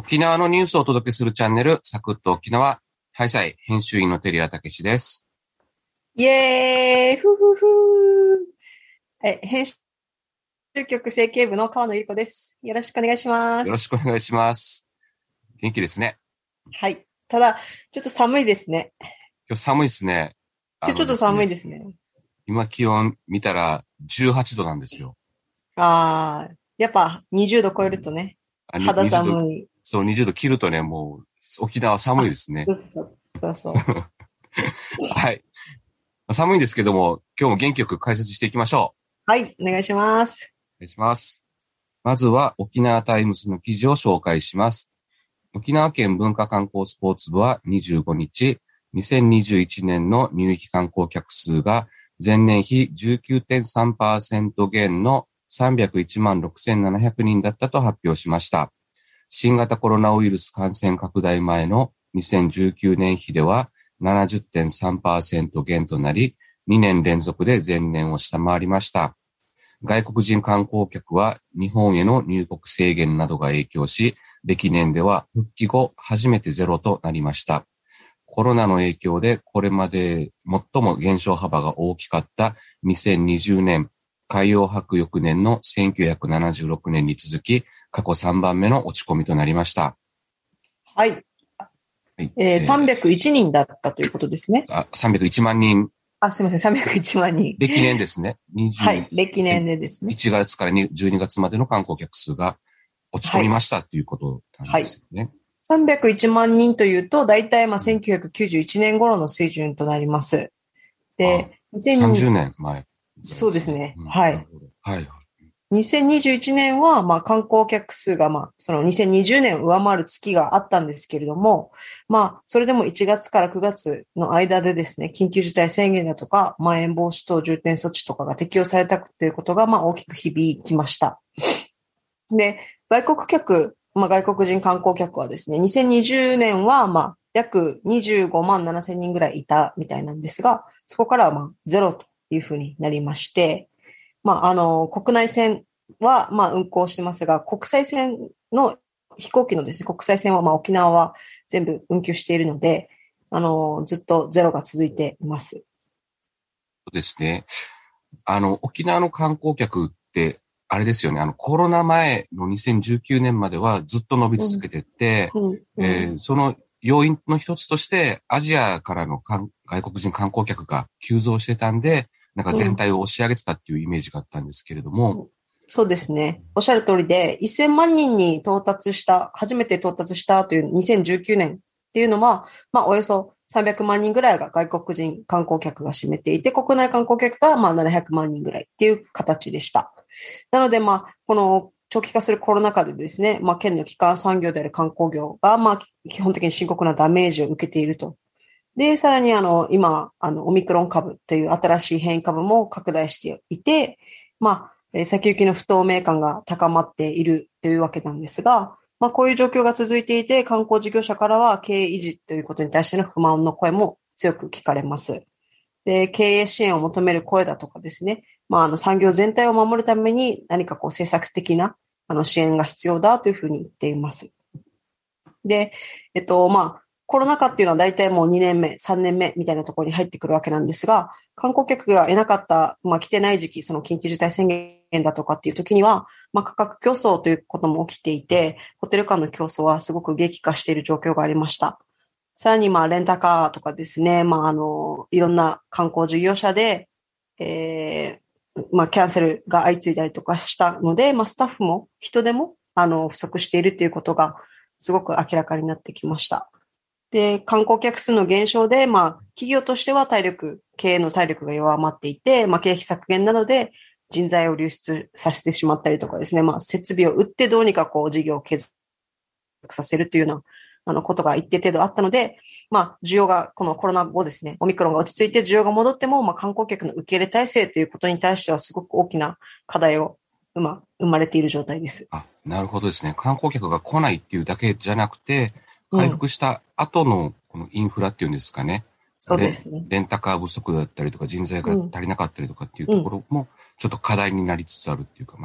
沖縄のニュースをお届けするチャンネル、サクッと沖縄、ハイサイ編集員の照屋武史です。 イエーイふふふ編集局整形部の川野ゆり子です。よろしくお願いします。 よろしくお願いします。元気ですね。 はい。ただ、ちょっと寒いですね。 今日寒いですね。 ちょっと寒いですね。 今気温見たら18度なんですよ。 やっぱ20度超えるとね、肌寒い。 そう、20度切るとね、もう沖縄寒いですね。 そう。 はい。寒いんですけども、今日も元気よく解説していきましょう。はい、お願いします。 お願いします。まずは沖縄タイムズの記事を紹介します。沖縄県文化観光スポーツ部は25日、2021年の入域観光客数が前年比 19.3% 減の301万6700人だったと発表しました。新型コロナウイルス感染拡大前の2019年比では 70.3% 減となり、2年連続で前年を下回りました。外国人観光客は日本への入国制限などが影響し、歴年では復帰後初めてゼロとなりました。コロナの影響でこれまで最も減少幅が大きかった2020年、海洋博翌年の1976年に続き、過去3番目の落ち込みとなりました。 はい。301人だったということですね。 301万人。 すみません、301万人。 歴年ですね。 はい、歴年でですね。 1月から12月までの観光客数が落ち込みましたということなんですよね。 はい、301万人というと、大体1991年頃の水準となります。で、 30年前。 そうですね。はい。 はい。 2021年は、観光客数が、その2020年を上回る月があったんですけれども、それでも1月から9月の間でですね、緊急事態宣言だとか、まん延防止等重点措置とかが適用されたということが、大きく響きました。で、外国人観光客はですね、2020年は、約25万7千人ぐらいいたみたいなんですが、そこからはゼロというふうになりまして、国内線は、運航してますが、国際線の飛行機のですね、国際線は、沖縄は全部運休しているので、ずっとゼロが続いています。 そうですね。沖縄の観光客って、あれですよね、コロナ前の2019年まではずっと伸び続けてて、その要因の一つとして、アジアからの外国人観光客が急増してたんで、なんか全体を押し上げてたっていうイメージがあったんですけれども。 そうですね。おっしゃる通りで、1000万人に初めて到達したという2019年っていうのは、およそ300万人ぐらいが外国人観光客が占めていて、国内観光客が700万人ぐらいっていう形でした。なので、この長期化するコロナ禍でですね、県の基幹産業である観光業が、基本的に深刻なダメージを受けていると。で、さらに今、オミクロン株という新しい変異株も拡大していて、先行きの不透明感が高まっているというわけなんですが、こういう状況が続いていて、観光事業者からは経営維持ということに対しての不満の声も強く聞かれます。で、経営支援を求める声だとかですね、産業全体を守るために何か政策的な支援が必要だというふうに言っています。で、コロナ禍っていうのは大体もう2年目、3年目みたいなところに入ってくるわけなんですが、観光客がいなかった、来てない時期、その緊急事態宣言だとかっていう時には、価格競争ということも起きていて、ホテル間の競争はすごく激化している状況がありました。さらにレンタカーとかですね、いろんな観光事業者で、キャンセルが相次いだりとかしたので、スタッフも人手も不足しているということがすごく明らかになってきました。で、観光客数の減少で、企業としては経営の体力が弱まっていて、経費削減などで人材を流出させてしまったりとかですね、設備を売ってどうにか事業を継続させるというようなことが一定程度あったので、需要が、このコロナ後ですね、オミクロンが落ち着いて需要が戻っても、観光客の受け入れ体制ということに対してはすごく大きな課題を生まれている状態です。 なるほどですね。観光客が来ないっていうだけじゃなくて、回復した後のこのインフラっていうんですかね。 そうですね。 レンタカー不足だったりとか人材が足りなかったりとかっていうところもちょっと課題になりつつあるっていうか、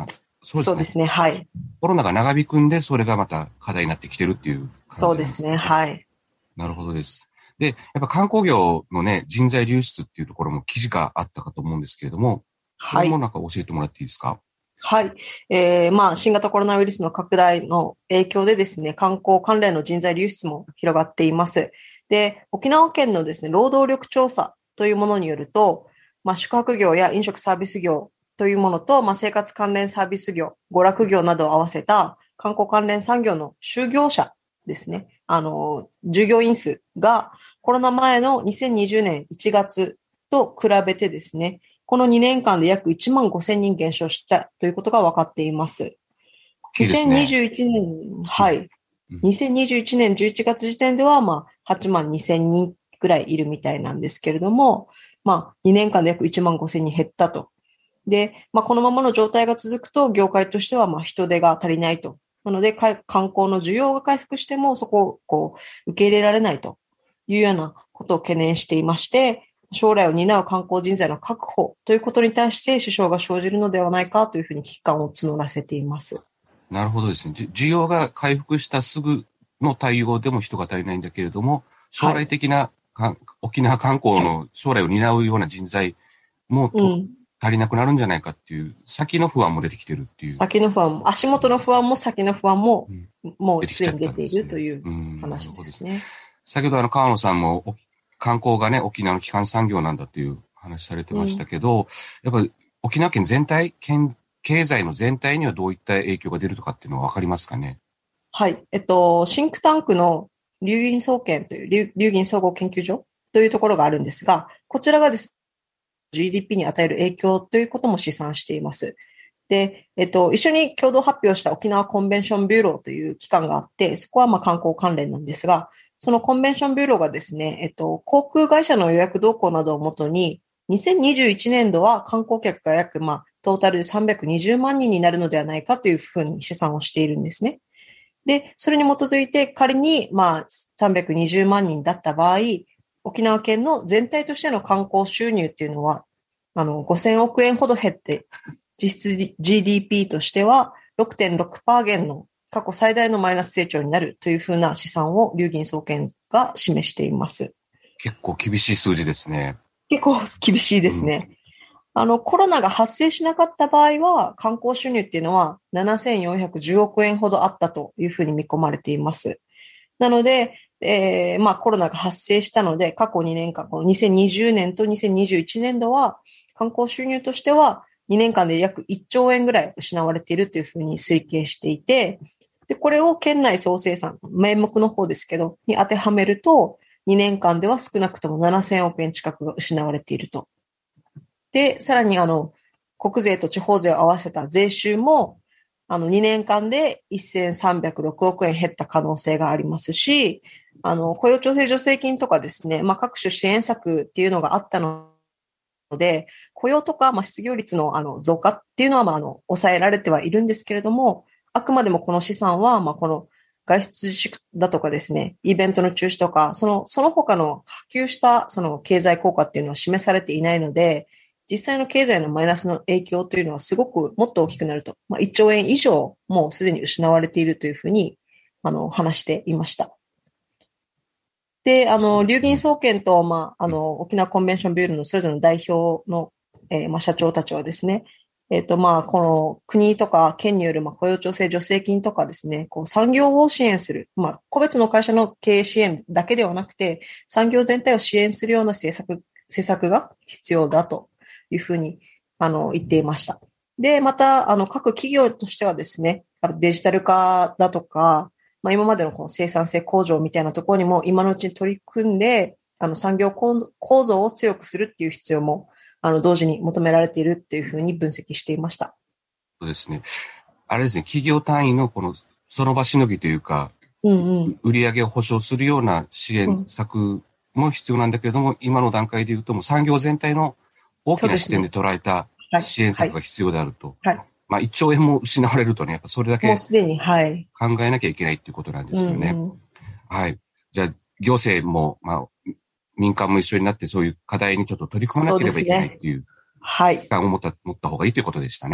そうですね。 そうですね。はい。 コロナが長引くんで、それがまた課題になってきてるっていう感じそうですね。 なんですね。 はい。 なるほどです。で、やっぱ観光業のね、人材流出っていうところも記事があったかと思うんですけれども、それはい。 もなんか教えてもらっていいですか？ はい。新型コロナウイルスの拡大の影響でですね、観光関連の人材流出も広がっています。で、沖縄県のですね、労働力調査というものによると、宿泊業や飲食サービス業というものと、生活関連サービス業、娯楽業などを合わせた観光関連産業の就業者ですね、従業員数がコロナ前の2020年1月と比べてですね、この2年間で約1万5千人減少したということが分かっています。 大きいですね。 2021年、 うんはい。 うん、 2021年11月時点では、8万2千人ぐらいいるみたいなんですけれども、2年間で約1万5千人減ったと。で、このままの状態が続くと、業界としては、人手が足りないと。なので、観光の需要が回復しても、そこを受け入れられないというようなことを懸念していまして、将来を担う観光人材の確保ということに対して支障が生じるのではないかというふうに危機感を募らせています。 なるほどですね。需要が回復したすぐの対応でも人が足りないんだけれども、将来はい。 的な沖縄観光はい。 の将来を担うような人材もうん。 足りなくなるんじゃないかっていう先の不安も出てきてるっていう、 先の不安も、足元の不安も先の不安も、 うん、 もう出てきちゃったすでに出ていんですね。 るというなる話ほどです。 ですね。 先ほど川野さんも観光がね、沖縄の基幹産業なんだっていう話されてましたうん。 けど、やっぱり沖縄県全体、経済の全体にはどういった影響が出るとかっていうのはわかりますかね？ はい。シンクタンクの流銀総研という流銀総合研究所というところがあるんですが、こちらがですね、GDP に与える影響ということも試算しています。で、一緒に共同発表した沖縄コンベンションビューローという機関があって、そこは観光関連なんですが、そのコンベンションビューローがですね、航空会社の予約動向などをもとに、2021年度は観光客が約、トータルで320万人になるのではないかというふうに試算をしているんですね。で、それに基づいて仮に、320万人だった場合、沖縄県の全体としての観光収入っていうのは、5000億円ほど減って、実質 GDP としては6.6%減の過去最大のマイナス成長になるというふうな試算を流銀総研が示しています。 結構厳しい数字ですね。 結構厳しいでうん。 すね。コロナが発生しなかった場合は、観光収入っていうのは7410億円ほどあったというふうに見込まれています。なので、コロナが発生したので、過去2年間、この2020年と2021年度は、観光収入としては2年間で約1兆円ぐらい失われているというふうに推計していて、で、これを県内総生産、名目の方ですけど、に当てはめると、2年間では少なくとも7000億円近くが失われていると。で、さらに国税と地方税を合わせた税収も、2年間で1306億円減った可能性がありますし、雇用調整助成金とかですね、各種支援策っていうのがあったので、雇用とか、失業率の増加っていうのは、抑えられてはいるんですけれども、あくまでもこの試算は、この外出自粛だとかですね、イベントの中止とか、その他の波及したその経済効果っていうのは示されていないので、実際の経済のマイナスの影響というのはすごくもっと大きくなると。1兆円以上もうすでに失われているというふうに、話していました。で、流銀うん。 総研と、 うん。 沖縄コンベンションビューロのそれぞれの代表の、社長たちはですね、この国とか県による、雇用調整助成金とかですね、産業を支援する、個別の会社の経営支援だけではなくて、産業全体を支援するような政策が必要だというふうに、言っていました。で、また、各企業としてはですね、デジタル化だとか、今までのこの生産性向上みたいなところにも今のうちに取り組んで、産業構造を強くするっていう必要も、同時に求められているっていうふうに分析していました。 そうですね。あれですね、企業単位のこの、その場しのぎというか、 うんうん。 売上を保証するような支援うん。 策も必要なんだけれども、今の段階で言うともう産業全体の大きな視点でそうですね。 捉えたはい。 支援はい。 策が必要であると。 はい。 1兆円も失われるとね、やっぱそれだけもうすでに、はい。 考えなきゃいけないっていうことなんでうすよね。 んうん。 はい。じゃあ、行政も、民間も一緒になってそういう課題にちょっと取り組まなそうでければいけないっすね。 ていう危機はい。 感を持った方がいいということでしたね。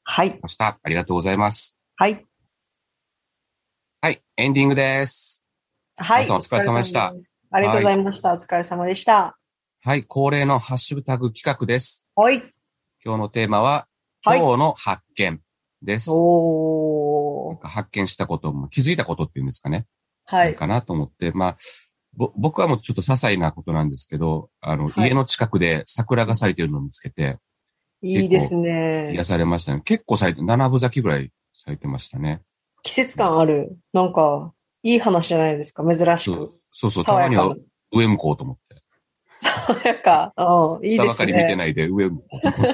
はい。 ました。ありがとうございます。 はい。 はい。エンディングです。 はい。 皆さんお疲れ様でした。 です。ありがとうはい。 ございました。お疲れ様でした。 はい。恒例のハッシュタグ企画です。 はい。 今日のテーマは、 はい。 今日の発見です。なんおー。 か発見したことも気づいたことっていうんですかね。 はい。 かなと思って、まあ、僕はもうちょっと些細なことなんですけど、 はい。 家の近くで桜が咲いてるのを見つけて、結構いいですね。 癒されましたね。結構咲いて、7分咲きぐらい咲いてましたね。 季節感ある。なんか、いい話じゃないですか。珍しく。 そう、たまには爽やかな。 上向こうと思って。 爽やか。うん。いいで下ばかり見てすね。 ないで上向こうと思って。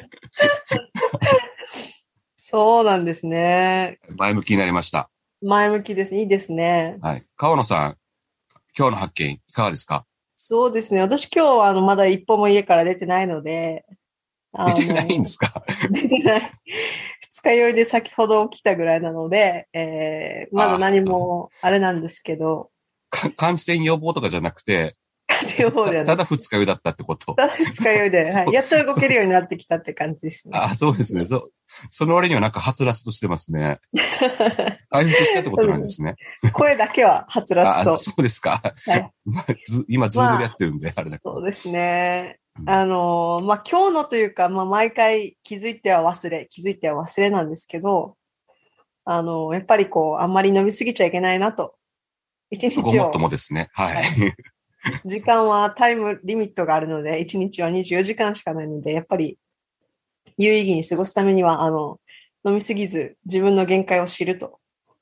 そうなんですね。 前向きになりました。 前向きです。いいですね。 はい。川野さん、今日の発見いかがですか？ そうですね。私今日はまだ一歩も家から出てないので、 出てないんですか？ 出てない。二日酔いで先ほど起きたぐらいなので、まだあ何もあれなんですけど、 感染予防とかじゃなくて、 風邪予報ではなく、 ただ二日酔いだったってこと。 ただ二日酔いで、はい。 そう、 やっと動そう、 けるようになってきたって感じですね。 そうですね。その割にはなんかはつらつとしてますね。回復したってことそうですね。 なんですね。 声だけははつらつと。 そうですか。 はい。 まあ今、ズームでまあ、 やってるんで、あれだけど。 そうですね。 うん、 まあ、今日のというか、まあ、毎回気づいては忘れ、気づいては忘れなんですけど、やっぱりこう、あんまり飲みすぎちゃいけないなと。一ごもっと日を、 もですね。はい。 はい。時間はタイムリミットがあるので、一日は24時間しかないので、やっぱり有意義に過ごすためには、飲みすぎず自分の限界を知ると。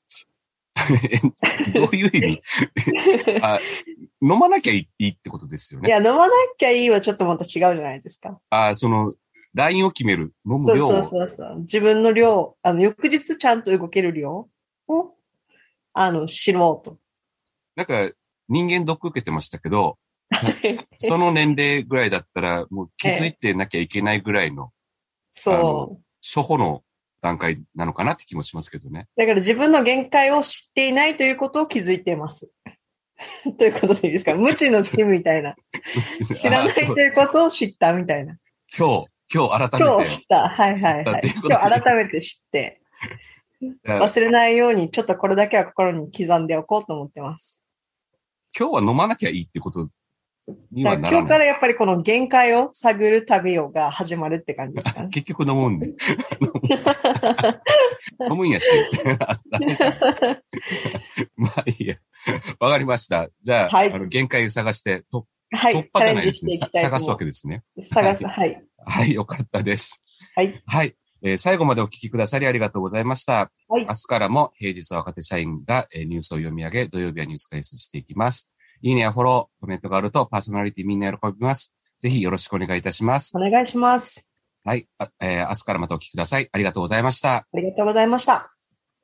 どういう意味？あ、飲まなきゃいいってことですよね。 いや、飲まなきゃいいはちょっとまた違うじゃないですか。 ラインを決める。飲むそうそう量を。 そうそう。自分の量、翌日ちゃんと動ける量を、知ろうと。 なんか、人間ドック受けてましたけど、その年齢ぐらいだったら、もう気づいええ、 てなきゃいけないぐらいの、 そう。 初歩の段階なのかなって気もしますけどね。 だから自分の限界を知っていないということを気づいています。ということでいいですか？無知の知みたいな。知らないとそう。 いうことを知ったみたいな。 今日改め今日て知った。はい知ったっていはいはい。 うことでいいで今日改めて知って、 す。 忘れないようにちょっとこれだけは心に刻んでおこうと思ってます。 今日は飲まなきゃいいってことにはだから今日からならないです。 やっぱりこの限界を探る旅をが始まるって感じですかね。 結局飲むんで。飲むんやし。ダメじゃん。まあいいや。わかりました。じゃあ、 はい。 限界を探して、突はい。チ破ャレンじゃないですね。 ジしていきたいと探すわ思けですね。 う。探す。 はい。 はい。 はい、よかったです。 はい。 はい。最後までお聞きくださりありがとうございました。 はい。 明日からも平日は若手社員がニュースを読み上げ、土曜日はニュース解説していきます。いいねやフォロー、コメントがあるとパーソナリティみんな喜びます。ぜひよろしくお願いいたします。 お願いします。 はい。明日からまたお聞きください。ありがとうございました。 ありがとうございました。